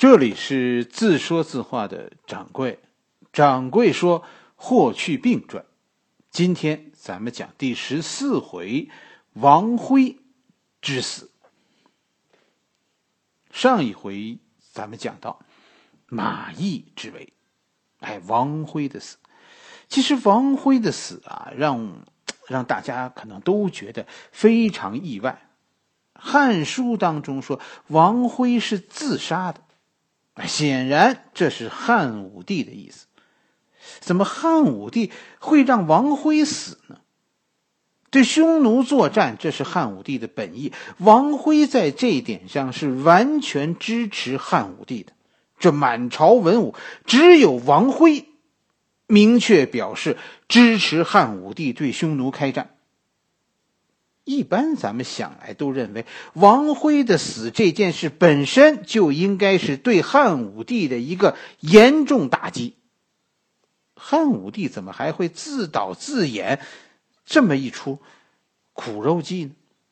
这里是自说自话的掌柜，掌柜说霍去病传。今天咱们讲第14回王辉之死。上一回咱们讲到马邑之围，王辉的死。其实王辉的死啊，让大家可能都觉得非常意外。汉书当中说王辉是自杀的，显然这是汉武帝的意思。怎么汉武帝会让王辉死呢？对匈奴作战，这是汉武帝的本意，王辉在这一点上是完全支持汉武帝的。这满朝文武只有王辉明确表示支持汉武帝对匈奴开战。一般咱们想来都认为王辉的死这件事本身就应该是对汉武帝的一个严重打击，汉武帝怎么还会自导自演这么一出苦肉计呢？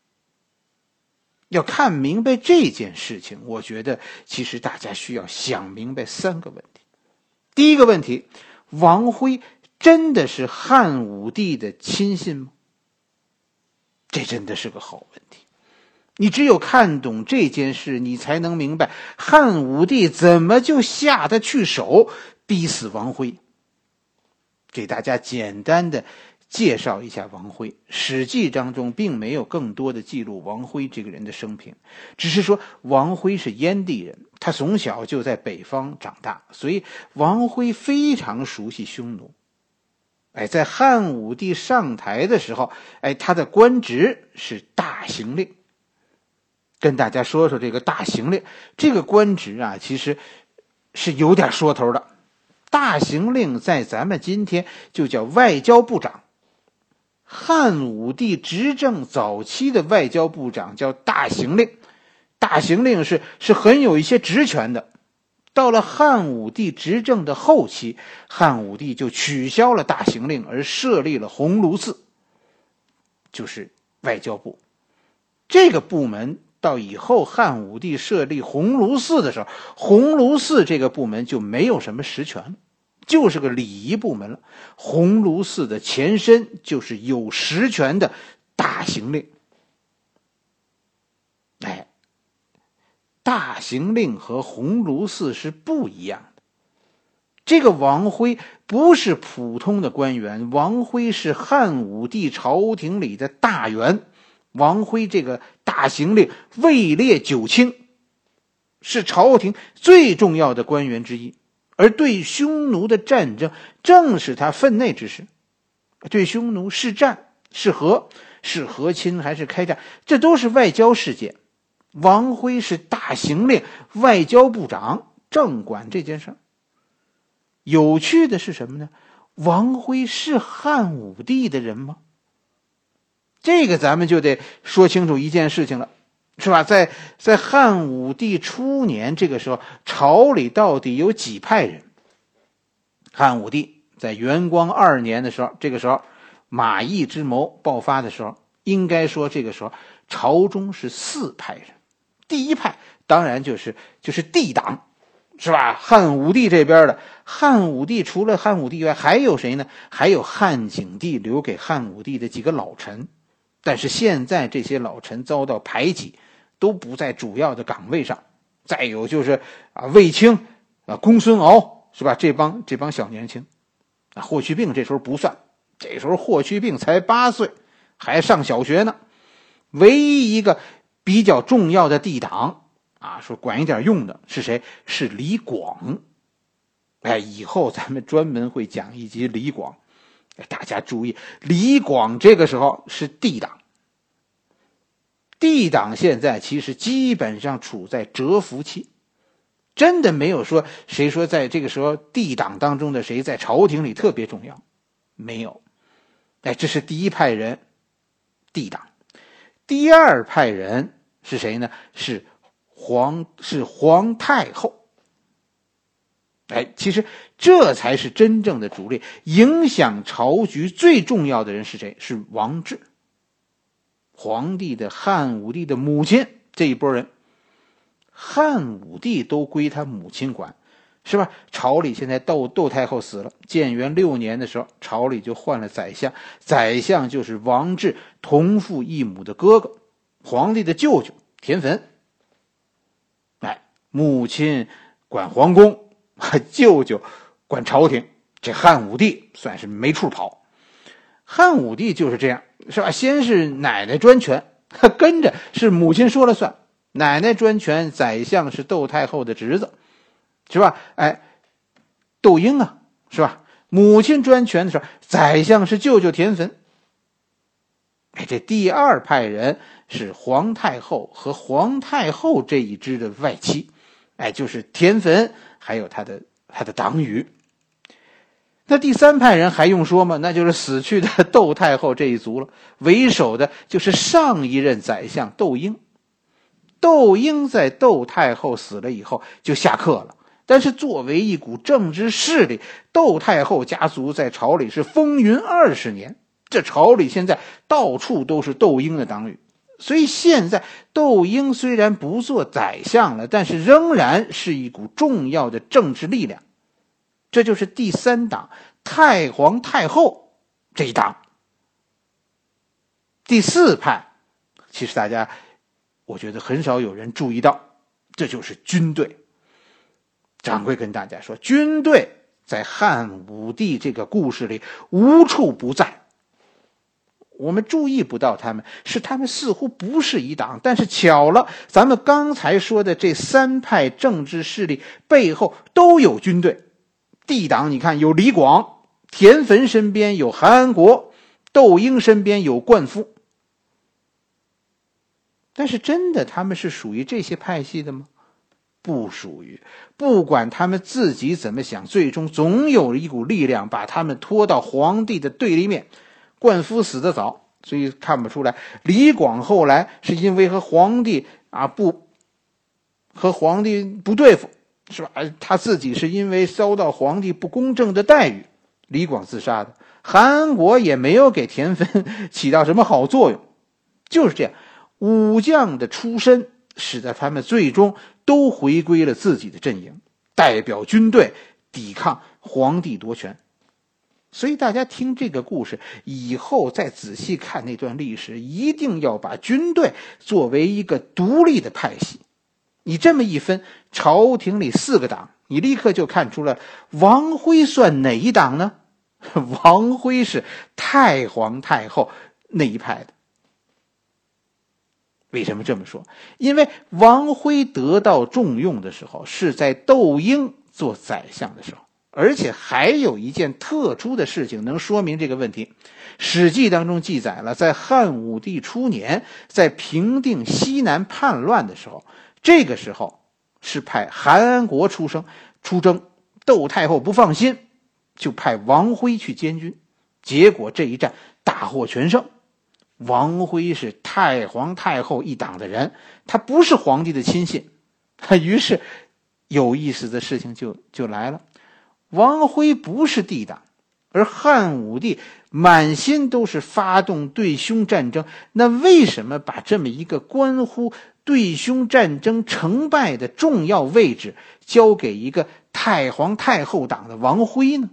要看明白这件事情，我觉得其实大家需要想明白3个问题。第一个问题，王辉真的是汉武帝的亲信吗？这真的是个好问题。你只有看懂这件事，你才能明白汉武帝怎么就下得去手逼死王辉。给大家简单的介绍一下王辉。史记当中并没有更多的记录王辉这个人的生平，只是说王辉是燕地人，他从小就在北方长大，所以王辉非常熟悉匈奴。在汉武帝上台的时候，他的官职是大行令。跟大家说说这个大行令，这个官职啊，其实是有点说头的。大行令在咱们今天就叫外交部长。汉武帝执政早期的外交部长叫大行令，大行令是很有一些职权的。到了汉武帝执政的后期，汉武帝就取消了大行令，而设立了鸿胪寺，就是外交部。这个部门到以后汉武帝设立鸿胪寺的时候，鸿胪寺这个部门就没有什么实权了，就是个礼仪部门了。鸿胪寺的前身就是有实权的大行令。大行令和鸿胪寺是不一样的。这个王辉不是普通的官员，王辉是汉武帝朝廷里的大员。王辉这个大行令位列9卿，是朝廷最重要的官员之一，而对匈奴的战争正是他分内之事。对匈奴是战是和，是和亲还是开战，这都是外交事件。王辉是大行令外交部长，正管这件事。有趣的是什么呢？王辉是汉武帝的人吗？这个咱们就得说清楚一件事情了，是吧？在汉武帝初年，这个时候朝里到底有几派人？汉武帝在元光2年的时候，这个时候马邑之谋爆发的时候，应该说这个时候朝中是4派人。第一派当然就是帝党，是吧？汉武帝这边的，汉武帝除了汉武帝以外还有谁呢？还有汉景帝留给汉武帝的几个老臣。但是现在这些老臣遭到排挤，都不在主要的岗位上。再有就是卫青公孙敖，是吧？这帮小年轻。霍去病这时候不算，这时候霍去病才8岁，还上小学呢。唯一一个比较重要的帝党说管一点用的是谁？是李广。以后咱们专门会讲一集李广。大家注意，李广这个时候是帝党。帝党现在其实基本上处在蛰伏期，真的没有说谁说在这个时候帝党当中的谁在朝廷里特别重要，没有。这是第一派人，帝党。第二派人是谁呢？是皇太后。其实这才是真正的主力，影响朝局最重要的人是谁？是王志，皇帝的汉武帝的母亲这一波人。 汉武帝都归他母亲管，是吧？朝里现在窦太后死了，建元6年的时候，朝里就换了宰相，宰相就是王志同父异母的哥哥，皇帝的舅舅田汾。母亲管皇宫，舅舅管朝廷，这汉武帝算是没处跑。汉武帝就是这样，是吧？先是奶奶专权，跟着是母亲说了算，奶奶专权，宰相是窦太后的侄子，是吧？窦婴啊，是吧？母亲专权的时候，宰相是舅舅田汾。这第二派人是皇太后和皇太后这一支的外戚，就是田汾还有他的党羽。那第三派人还用说吗？那就是死去的窦太后这一族了，为首的就是上一任宰相窦婴。窦婴在窦太后死了以后就下课了，但是作为一股政治势力，窦太后家族在朝里是风云20年，这朝里现在到处都是窦婴的党羽。所以现在窦婴虽然不做宰相了，但是仍然是一股重要的政治力量。这就是第三党太皇太后这一党。第四派，其实大家我觉得很少有人注意到，这就是军队。掌柜跟大家说，军队在汉武帝这个故事里无处不在，我们注意不到他们，是他们似乎不是一党，但是巧了，咱们刚才说的这三派政治势力背后都有军队。帝党你看有李广，田汾身边有韩安国，窦婴身边有灌夫。但是真的他们是属于这些派系的吗？不属于。不管他们自己怎么想，最终总有一股力量把他们拖到皇帝的对立面。灌夫死得早，所以看不出来。李广后来是因为和皇帝不对付，是吧？他自己是因为遭到皇帝不公正的待遇，李广自杀的。韩安国也没有给田汾起到什么好作用。就是这样，武将的出身使得他们最终都回归了自己的阵营，代表军队抵抗皇帝夺权。所以大家听这个故事以后再仔细看那段历史，一定要把军队作为一个独立的派系。你这么一分，朝廷里4个党，你立刻就看出了王辉算哪一党呢？王辉是太皇太后那一派的。为什么这么说？因为王辉得到重用的时候是在窦婴做宰相的时候。而且还有一件特殊的事情能说明这个问题。史记当中记载了，在汉武帝初年，在平定西南叛乱的时候，这个时候是派韩安国出征，窦太后不放心，就派王辉去监军，结果这一战大获全胜。王辉是太皇太后一党的人，他不是皇帝的亲信，于是有意思的事情就来了。王辉不是帝党，而汉武帝满心都是发动对匈战争，那为什么把这么一个关乎对匈战争成败的重要位置交给一个太皇太后党的王辉呢？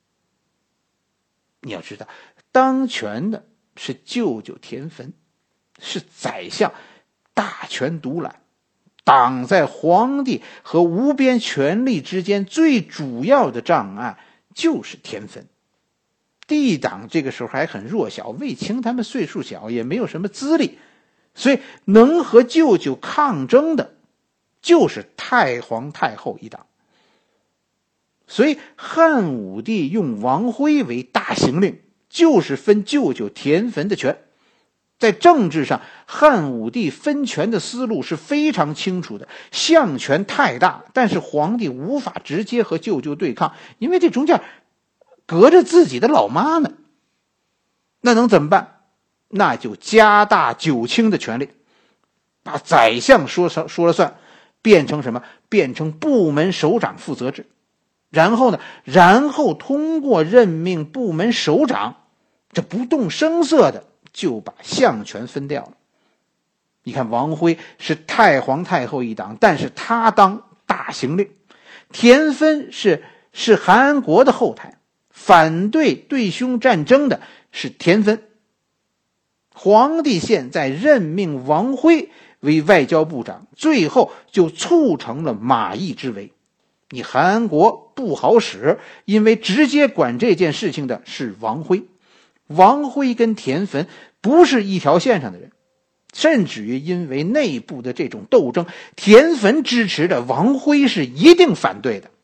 你要知道，当权的是舅舅田汾，是宰相，大权独揽，挡在皇帝和无边权力之间最主要的障碍就是田汾。帝党这个时候还很弱小，卫青他们岁数小，也没有什么资历，所以能和舅舅抗争的就是太皇太后一党。所以汉武帝用王辉为大行令，就是分舅舅田汾的权。在政治上，汉武帝分权的思路是非常清楚的，相权太大，但是皇帝无法直接和舅舅对抗，因为这中间隔着自己的老妈呢。那能怎么办？那就加大九卿的权力，把宰相说了算，变成什么？变成部门首长负责制。然后通过任命部门首长，这不动声色的就把相权分掉了。 你看王辉是太皇太后一党，但是他当大行令。田汾是韩安国的后台，反对对匈战争的是田汾。皇帝现在任命王辉为外交部长，最后就促成了马邑之围。你韩安国不好使，因为直接管这件事情的是王辉。王辉跟田汾不是一条线上的人，甚至于因为内部的这种斗争，田汾支持的，王辉是一定反对的。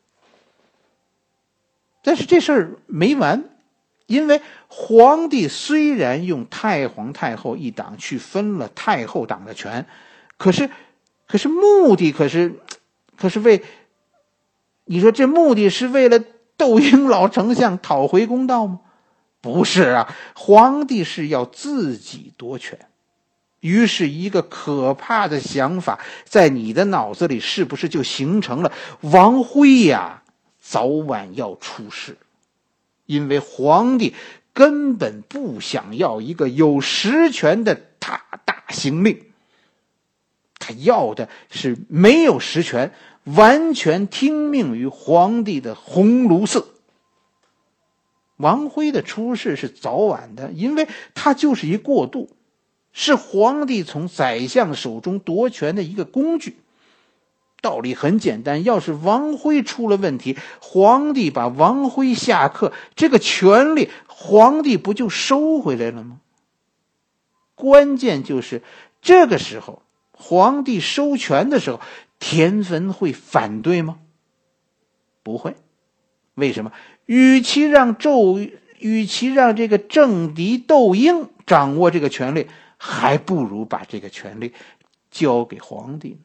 但是这事儿没完，因为皇帝虽然用太皇太后一党去分了太后党的权，可是目的可是为，你说这目的是为了窦婴老丞相讨回公道吗？不是啊，皇帝是要自己夺权。于是一个可怕的想法在你的脑子里是不是就形成了，王辉呀早晚要出事。因为皇帝根本不想要一个有实权的大行令，他要的是没有实权，完全听命于皇帝的鸿胪寺。王辉的出事是早晚的，因为他就是一过渡，是皇帝从宰相手中夺权的一个工具。道理很简单，要是王辉出了问题，皇帝把王辉下课，这个权力皇帝不就收回来了吗？关键就是这个时候皇帝收权的时候，田汾会反对吗？不会。为什么？与其让这个政敌窦婴掌握这个权力，还不如把这个权力交给皇帝呢。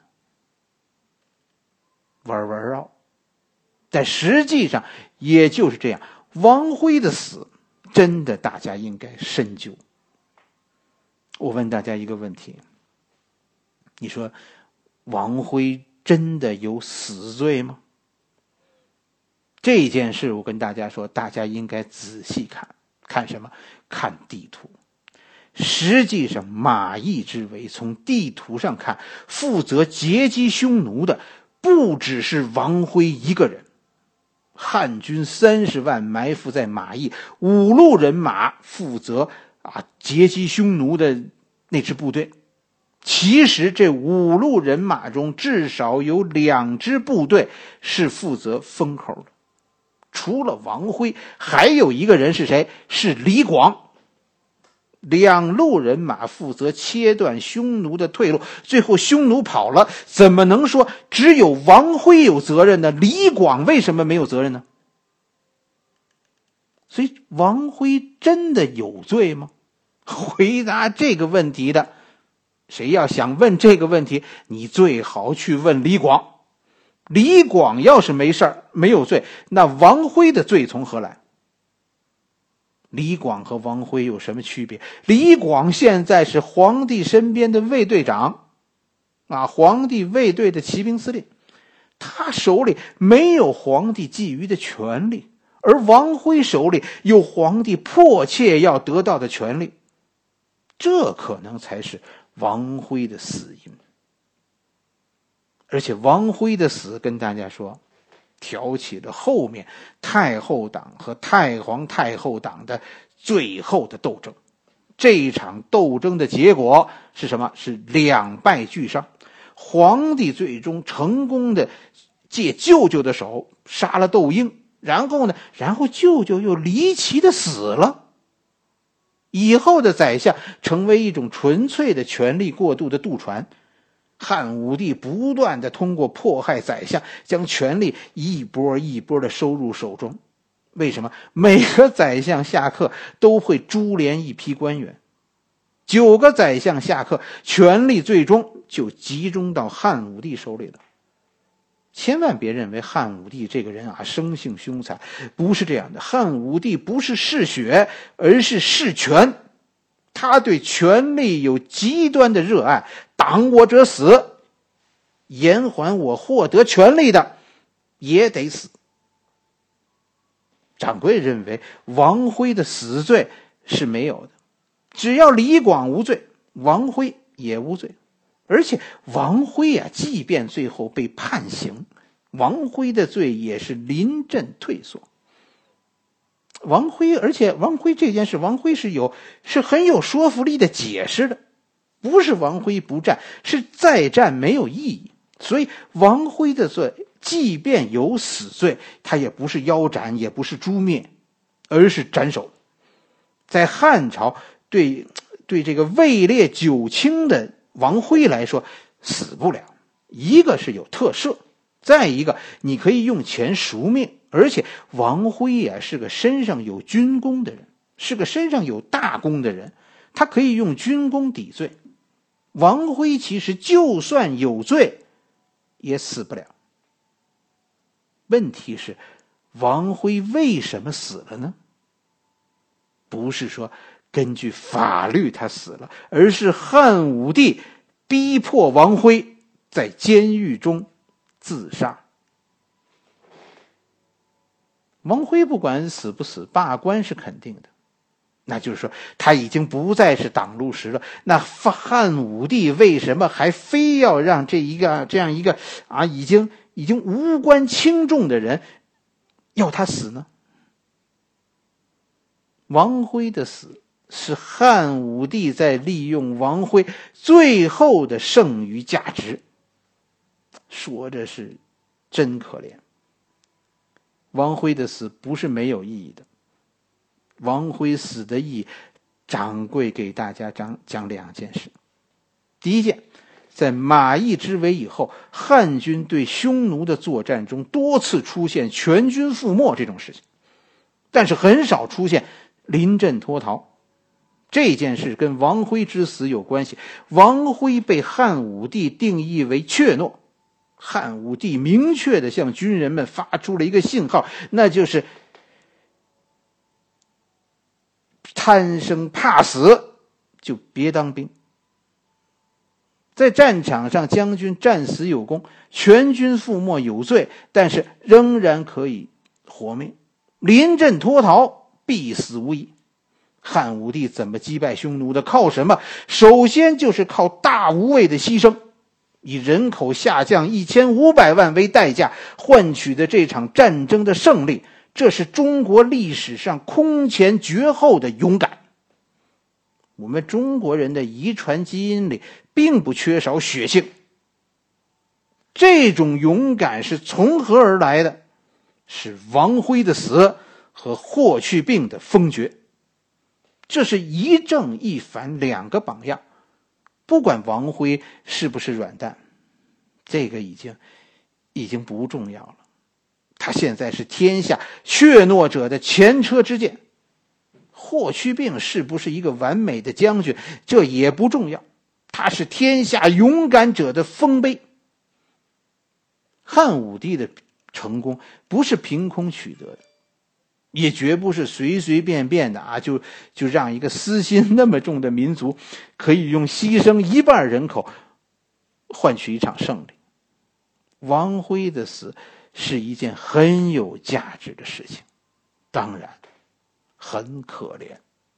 弯绕，但实际上也就是这样。王辉的死真的大家应该深究。我问大家一个问题，你说王辉真的有死罪吗？这件事我跟大家说，大家应该仔细看什么？看地图。实际上马邑之围从地图上看，负责截击匈奴的不只是王辉一个人。汉军30万埋伏在马邑，5路人马负责截击匈奴的那支部队。其实这5路人马中至少有2支部队是负责封口的。除了王辉，还有一个人是谁？是李广。2路人马负责切断匈奴的退路，最后匈奴跑了，怎么能说只有王辉有责任呢？李广为什么没有责任呢？所以王辉真的有罪吗？回答这个问题的，谁要想问这个问题，你最好去问李广。李广要是没事儿没有罪，那王辉的罪从何来？李广和王辉有什么区别？李广现在是皇帝身边的卫队长，皇帝卫队的骑兵司令，他手里没有皇帝觊觎的权力，而王辉手里有皇帝迫切要得到的权力，这可能才是王辉的死因。而且王辉的死，跟大家说，挑起了后面太后党和太皇太后党的最后的斗争。这一场斗争的结果是什么？是2败俱伤。皇帝最终成功的借舅舅的手杀了窦婴，然后舅舅又离奇的死了。以后的宰相成为一种纯粹的权力过渡的渡船。汉武帝不断的通过迫害宰相，将权力一波一波的收入手中。为什么？每个宰相下课都会株连一批官员，9个宰相下课，权力最终就集中到汉武帝手里了。千万别认为汉武帝这个人生性凶残，不是这样的。汉武帝不是嗜血，而是嗜权。他对权力有极端的热爱，挡我者死，延缓我获得权力的也得死。掌柜认为王辉的死罪是没有的，只要李广无罪，王辉也无罪。 而且王辉啊，即便最后被判刑，王辉的罪也是临阵退缩。而且王辉这件事，王辉是很有说服力的解释的，不是王辉不战，是再战没有意义。所以王辉的罪即便有死罪，他也不是腰斩，也不是诛灭，而是斩首。在汉朝对这个位列九卿的王辉来说，死不了。一个是有特赦，再一个你可以用钱赎命。而且王辉啊是个身上有军功的人，是个身上有大功的人，他可以用军功抵罪。王辉其实就算有罪也死不了。问题是王辉为什么死了呢？不是说根据法律他死了，而是汉武帝逼迫王辉在监狱中自杀。王辉不管死不死，罢官是肯定的，那就是说他已经不再是党禄时了。那汉武帝为什么还非要让这样一个已经无关轻重的人要他死呢？王辉的死是汉武帝在利用王辉最后的剩余价值，说着是真可怜。王辉的死不是没有意义的，王辉死的意义，掌柜给大家讲两件事。第一件，在马邑之围以后，汉军对匈奴的作战中多次出现全军覆没这种事情，但是很少出现临阵脱逃。这件事跟王辉之死有关系。王辉被汉武帝定义为怯懦，汉武帝明确地向军人们发出了一个信号，那就是贪生怕死就别当兵。在战场上，将军战死有功，全军覆没有罪，但是仍然可以活命。临阵脱逃，必死无疑。汉武帝怎么击败匈奴的？靠什么？首先就是靠大无畏的牺牲，以人口下降1500万为代价换取的这场战争的胜利，这是中国历史上空前绝后的勇敢。我们中国人的遗传基因里并不缺少血性，这种勇敢是从何而来的？是王辉的死和霍去病的封爵。这是一正一反两个榜样。不管王辉是不是软蛋，这个已经不重要了。他现在是天下怯懦者的前车之鉴。霍去病是不是一个完美的将军，这也不重要，他是天下勇敢者的丰碑。汉武帝的成功不是凭空取得的，也绝不是随随便便的就让一个私心那么重的民族可以用牺牲一半人口换取一场胜利。王辉的死是一件很有价值的事情，当然很可怜。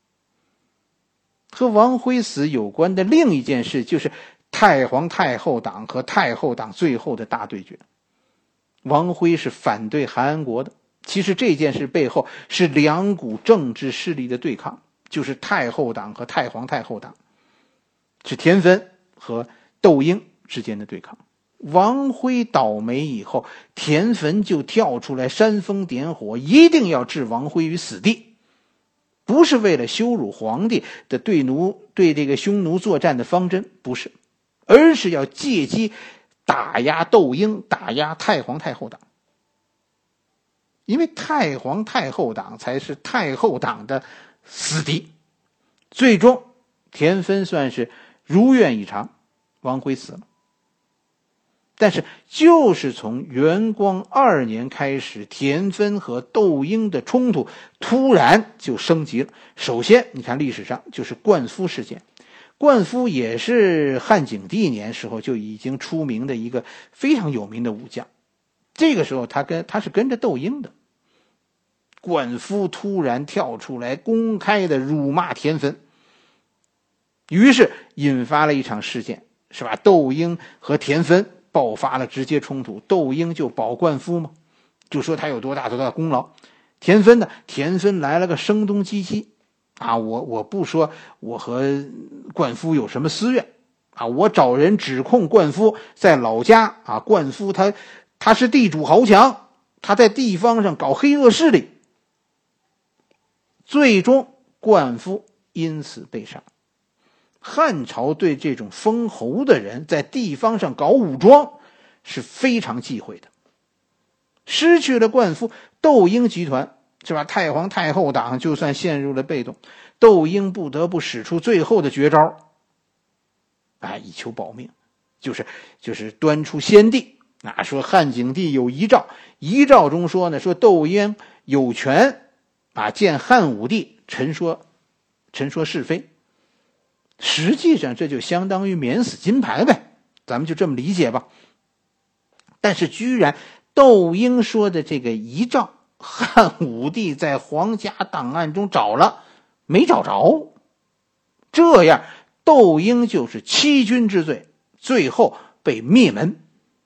和王辉死有关的另一件事，就是太皇太后党和太后党最后的大对决。王辉是反对韩安国的，其实这件事背后是两股政治势力的对抗，就是太后党和太皇太后党，是田汾和窦婴之间的对抗。王辉倒霉以后，田汾就跳出来煽风点火，一定要置王辉于死地，不是为了羞辱皇帝的对这个匈奴作战的方针，不是，而是要借机打压窦婴，打压太皇太后党。因为太皇太后党才是太后党的死敌。最终田汾算是如愿以偿，王辉死了。但是就是从元光2年开始，田汾和窦婴的冲突突然就升级了。首先你看历史上就是灌夫事件，灌夫也是汉景帝年时候就已经出名的一个非常有名的武将，这个时候他是跟着窦婴的。灌夫突然跳出来公开的辱骂田汾，于是引发了一场事件， 是吧？窦婴和田汾爆发了直接冲突，窦婴就保冠夫嘛，就说他有多大功劳。田汾呢，田汾来了个声东击西啊，我不说我和冠夫有什么私怨啊，我找人指控冠夫在老家啊，冠夫他是地主豪强，他在地方上搞黑恶势力。最终冠夫因此被杀。汉朝对这种封侯的人在地方上搞武装是非常忌讳的。失去了冠夫，窦婴集团是吧？太皇太后党就算陷入了被动，窦婴不得不使出最后的绝招，以求保命，就是端出先帝说汉景帝有遗诏，遗诏中说呢，说窦婴有权见汉武帝陈说是非。实际上这就相当于免死金牌呗，咱们就这么理解吧。但是居然窦婴说的这个遗诏，汉武帝在皇家档案中找了没找着，这样窦婴就是欺君之罪，最后被灭门。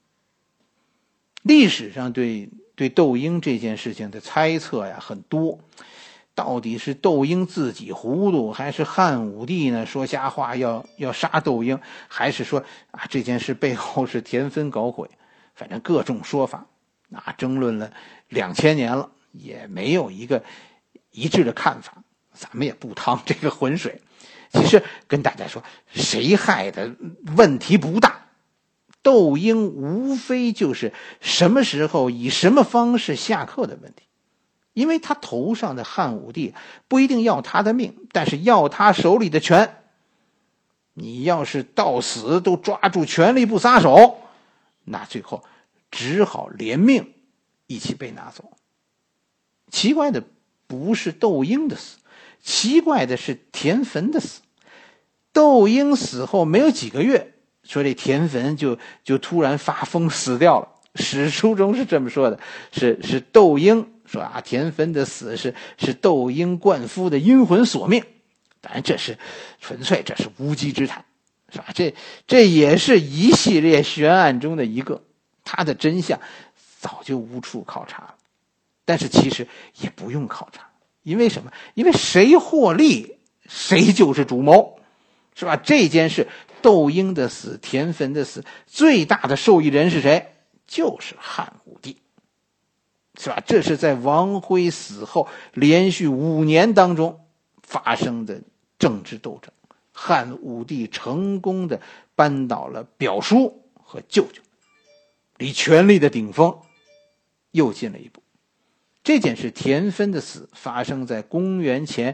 历史上对窦婴这件事情的猜测很多，到底是窦婴自己糊涂，还是汉武帝呢说瞎话要杀窦婴，还是说这件事背后是田汾搞鬼，反正各种说法，争论了2000年了，也没有一个一致的看法，咱们也不趟这个浑水。其实跟大家说，谁害的问题不大，窦婴无非就是什么时候以什么方式下课的问题。因为他头上的汉武帝不一定要他的命，但是要他手里的权。你要是到死都抓住权力不撒手，那最后只好连命一起被拿走。奇怪的不是窦婴的死，奇怪的是田汾的死。窦婴死后没有几个月，说这田汾就突然发疯死掉了。史书中是这么说的，是窦婴说田汾的死是窦婴冠夫的阴魂索命。当然这是纯粹这是无稽之谈，是吧？这也是一系列悬案中的一个，它的真相早就无处考察了。但是其实也不用考察，因为什么？因为谁获利谁就是主谋，是吧？这件事窦婴的死，田汾的死，最大的受益人是谁？就是汉武帝，是吧？这是在王辉死后连续5年当中发生的政治斗争，汉武帝成功的扳倒了表叔和舅舅，离权力的顶峰又近了一步。这件事田汾的死发生在公元前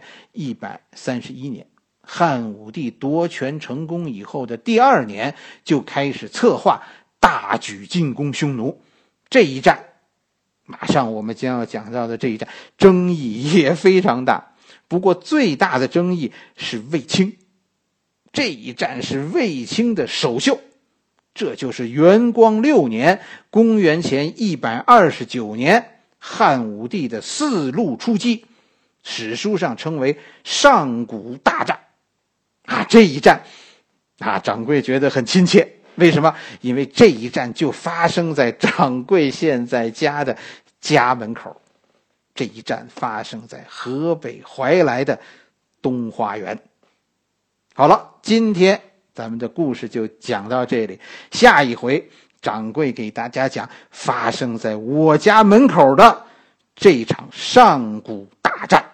131年，汉武帝夺权成功以后的第2年就开始策划大举进攻匈奴。这一战马上我们将要讲到的这一战争议也非常大，不过最大的争议是卫青。这一战是卫青的首秀，这就是元光6年公元前129年汉武帝的4路出击，史书上称为上古大战。这一战掌柜觉得很亲切。为什么？因为这一战就发生在掌柜现在家的家门口，这一战发生在河北怀来的东花园。好了，今天咱们的故事就讲到这里，下一回掌柜给大家讲发生在我家门口的这场上古大战。